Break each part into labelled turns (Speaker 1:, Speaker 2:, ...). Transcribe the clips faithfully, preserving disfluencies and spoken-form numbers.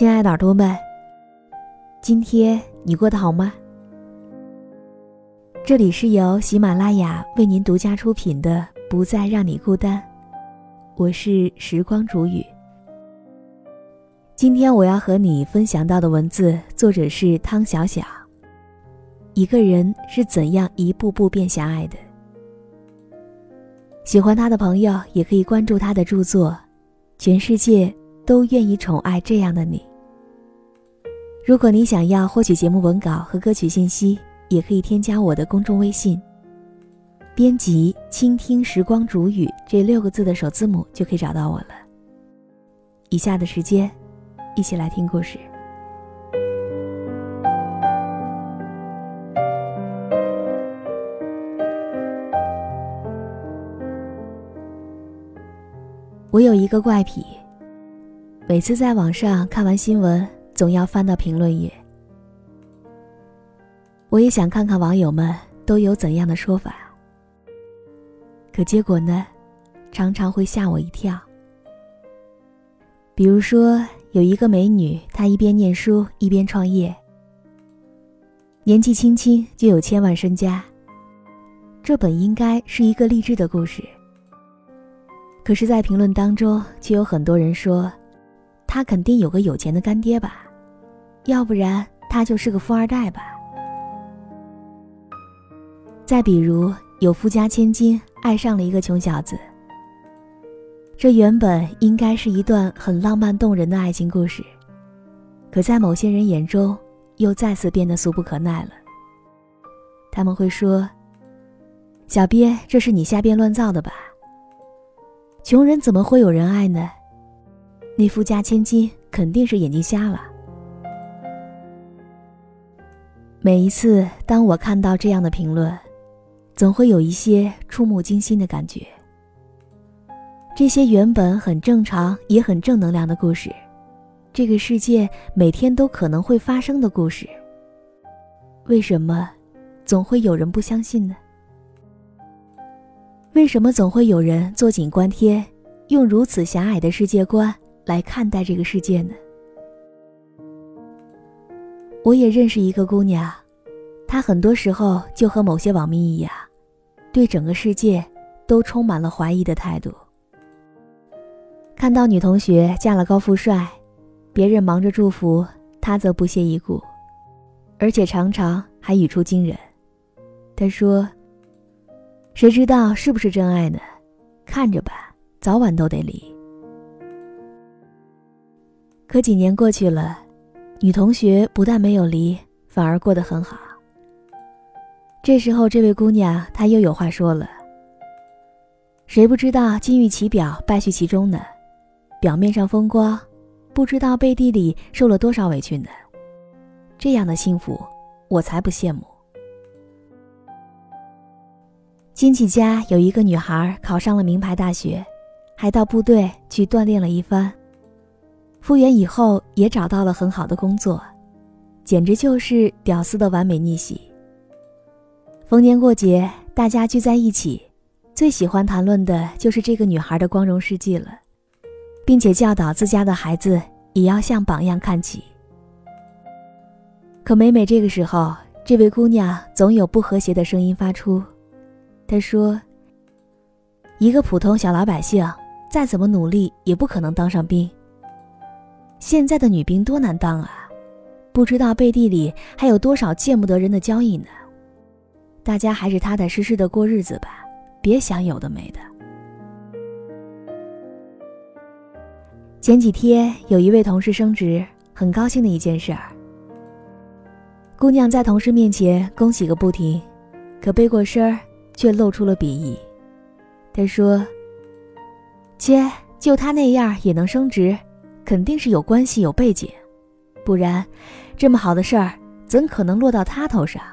Speaker 1: 亲爱的耳朵们，今天你过得好吗？这里是由喜马拉雅为您独家出品的《不再让你孤单》，我是时光煮雨。今天我要和你分享到的文字，作者是汤小小。一个人是怎样一步步变狭隘的？喜欢他的朋友也可以关注他的著作《全世界都愿意宠爱这样的你》。如果你想要获取节目文稿和歌曲信息，也可以添加我的公众微信，编辑倾听时光煮雨这六个字的首字母就可以找到我了。以下的时间一起来听故事。我有一个怪癖，每次在网上看完新闻，总要翻到评论页。我也想看看网友们都有怎样的说法，可结果呢，常常会吓我一跳。比如说，有一个美女，她一边念书一边创业，年纪轻轻就有千万身家，这本应该是一个励志的故事。可是在评论当中却有很多人说，他肯定有个有钱的干爹吧，要不然他就是个富二代吧。再比如，有富家千金爱上了一个穷小子，这原本应该是一段很浪漫动人的爱情故事，可在某些人眼中又再次变得俗不可耐了。他们会说，小编，这是你瞎编乱造的吧？穷人怎么会有人爱呢？那富家千金肯定是眼睛瞎了。每一次当我看到这样的评论，总会有一些触目惊心的感觉。这些原本很正常也很正能量的故事，这个世界每天都可能会发生的故事，为什么总会有人不相信呢？为什么总会有人坐井观天，用如此狭隘的世界观来看待这个世界呢？我也认识一个姑娘，她很多时候就和某些网民一样，对整个世界都充满了怀疑的态度。看到女同学嫁了高富帅，别人忙着祝福，她则不屑一顾，而且常常还语出惊人。她说，谁知道是不是真爱呢？看着吧，早晚都得离。可几年过去了，女同学不但没有离，反而过得很好。这时候这位姑娘她又有话说了，谁不知道金玉其表败絮其中呢？表面上风光，不知道背地里受了多少委屈呢？这样的幸福我才不羡慕。亲戚家有一个女孩考上了名牌大学，还到部队去锻炼了一番，复员以后也找到了很好的工作，简直就是屌丝的完美逆袭。逢年过节大家聚在一起，最喜欢谈论的就是这个女孩的光荣事迹了，并且教导自家的孩子也要向榜样看齐。可每每这个时候，这位姑娘总有不和谐的声音发出。她说，一个普通小老百姓再怎么努力也不可能当上兵，现在的女兵多难当啊，不知道背地里还有多少见不得人的交易呢。大家还是踏踏实实的过日子吧，别想有的没的。前几天有一位同事升职，很高兴的一件事儿。姑娘在同事面前恭喜个不停，可背过身儿却露出了鄙夷。她说，切，就他那样也能升职，肯定是有关系有背景，不然这么好的事儿怎可能落到他头上？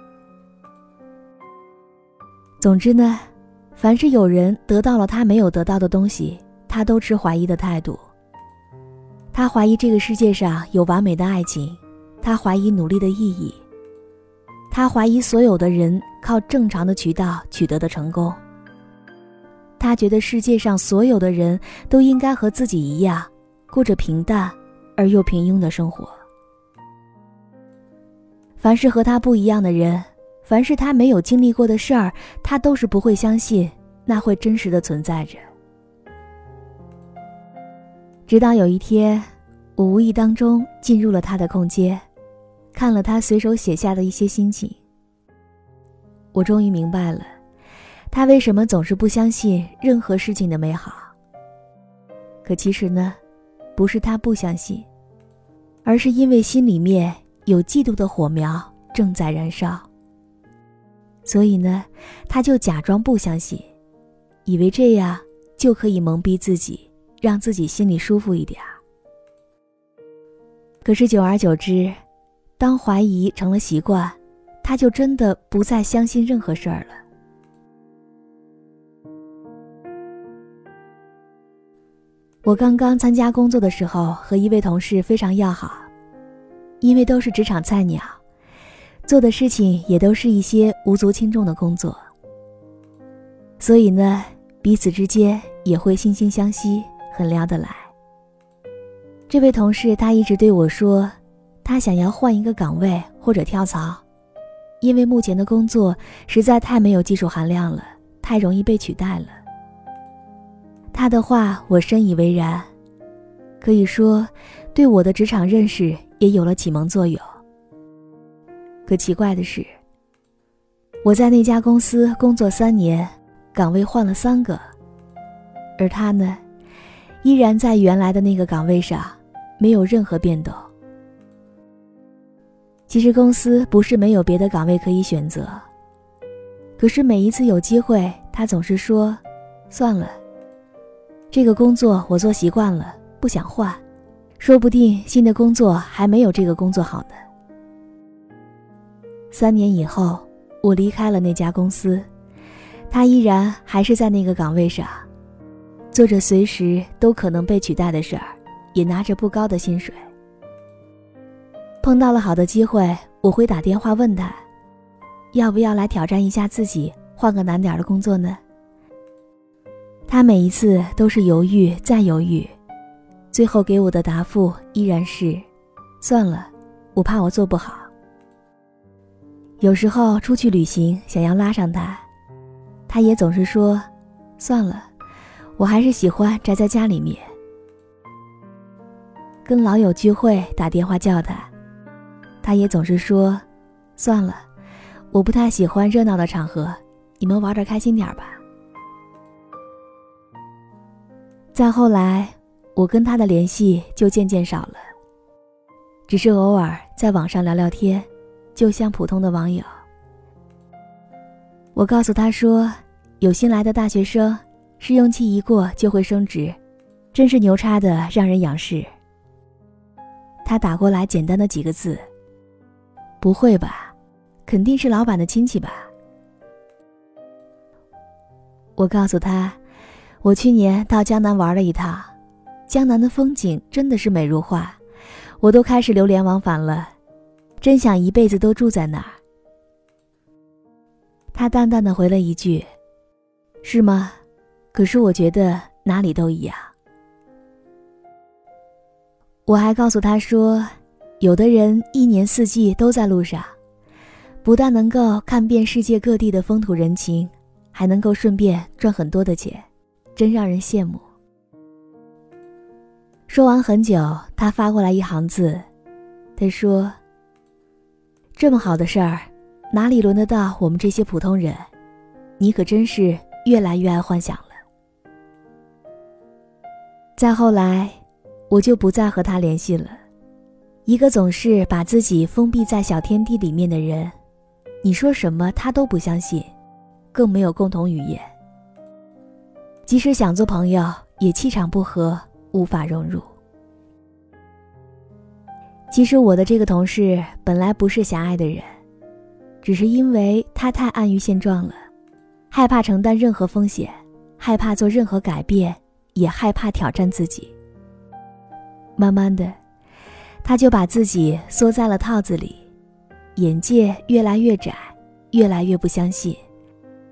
Speaker 1: 总之呢，凡是有人得到了他没有得到的东西，他都持怀疑的态度。他怀疑这个世界上有完美的爱情，他怀疑努力的意义，他怀疑所有的人靠正常的渠道取得的成功。他觉得世界上所有的人都应该和自己一样，过着平淡而又平庸的生活。凡是和他不一样的人，凡是他没有经历过的事儿，他都是不会相信那会真实的存在着。直到有一天，我无意当中进入了他的空间，看了他随手写下的一些心情，我终于明白了，他为什么总是不相信任何事情的美好。可其实呢，不是他不相信，而是因为心里面有嫉妒的火苗正在燃烧。所以呢，他就假装不相信，以为这样就可以蒙蔽自己，让自己心里舒服一点。可是久而久之，当怀疑成了习惯，他就真的不再相信任何事儿了。我刚刚参加工作的时候，和一位同事非常要好，因为都是职场菜鸟，做的事情也都是一些无足轻重的工作，所以呢，彼此之间也会惺惺相惜，很聊得来。这位同事他一直对我说，他想要换一个岗位或者跳槽，因为目前的工作实在太没有技术含量了，太容易被取代了。他的话我深以为然，可以说对我的职场认识也有了启蒙作用。可奇怪的是，我在那家公司工作三年，岗位换了三个，而他呢，依然在原来的那个岗位上，没有任何变动。其实公司不是没有别的岗位可以选择，可是每一次有机会，他总是说，算了，这个工作我做习惯了，不想换，说不定新的工作还没有这个工作好呢。三年以后，我离开了那家公司，他依然还是在那个岗位上，做着随时都可能被取代的事儿，也拿着不高的薪水。碰到了好的机会，我会打电话问他，要不要来挑战一下自己，换个难点的工作呢？他每一次都是犹豫再犹豫，最后给我的答复依然是，算了，我怕我做不好。有时候出去旅行想要拉上他，他也总是说，算了，我还是喜欢宅在家里面。跟老友聚会打电话叫他，他也总是说，算了，我不太喜欢热闹的场合，你们玩得开心点吧。再后来，我跟他的联系就渐渐少了，只是偶尔在网上聊聊天，就像普通的网友。我告诉他说，有新来的大学生，试用期一过就会升职，真是牛叉的让人仰视。他打过来简单的几个字，不会吧，肯定是老板的亲戚吧。我告诉他，我去年到江南玩了一趟，江南的风景真的是美如画，我都开始流连忘返了，真想一辈子都住在那儿。他淡淡的回了一句，是吗？可是我觉得哪里都一样。我还告诉他说，有的人一年四季都在路上，不但能够看遍世界各地的风土人情，还能够顺便赚很多的钱，真让人羡慕。说完很久，他发过来一行字，他说，这么好的事儿，哪里轮得到我们这些普通人？你可真是越来越爱幻想了。再后来，我就不再和他联系了。一个总是把自己封闭在小天地里面的人，你说什么他都不相信，更没有共同语言。即使想做朋友，也气场不合，无法融入。其实我的这个同事本来不是狭隘的人，只是因为他太安于现状了，害怕承担任何风险，害怕做任何改变，也害怕挑战自己。慢慢的，他就把自己缩在了套子里，眼界越来越窄，越来越不相信。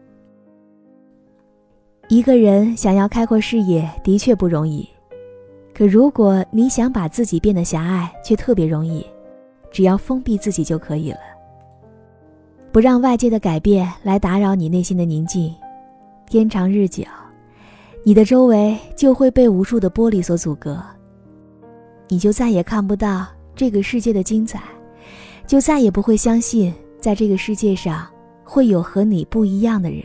Speaker 1: 一个人想要开阔视野的确不容易， 可如果你想把自己变得狭隘，却特别容易，只要封闭自己就可以了。不让外界的改变来打扰你内心的宁静，天长日久，你的周围就会被无数的玻璃所阻隔，你就再也看不到这个世界的精彩，就再也不会相信在这个世界上会有和你不一样的人。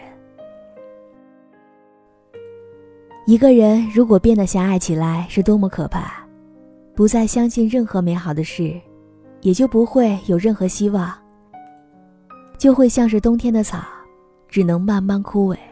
Speaker 1: 一个人如果变得狭隘起来是多么可怕，不再相信任何美好的事，也就不会有任何希望，就会像是冬天的草，只能慢慢枯萎。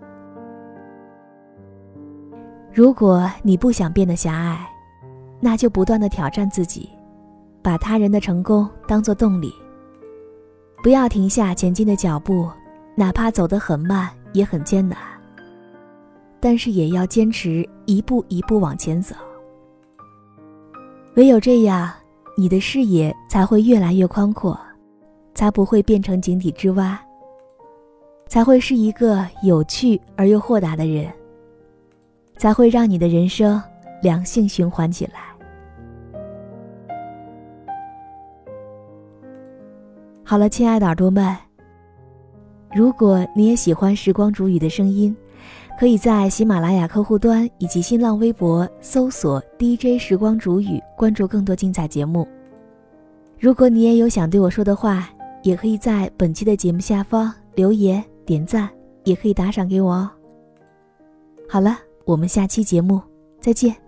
Speaker 1: 如果你不想变得狭隘，那就不断地挑战自己，把他人的成功当作动力，不要停下前进的脚步，哪怕走得很慢也很艰难，但是也要坚持一步一步往前走。唯有这样，你的视野才会越来越宽阔，才不会变成井底之蛙，才会是一个有趣而又豁达的人，才会让你的人生良性循环起来。好了，亲爱的耳朵们，如果你也喜欢时光煮雨的声音，可以在喜马拉雅客户端以及新浪微博搜索 D J 时光煮雨，关注更多精彩节目。如果你也有想对我说的话，也可以在本期的节目下方留言点赞，也可以打赏给我哦。好了，我们下期节目再见。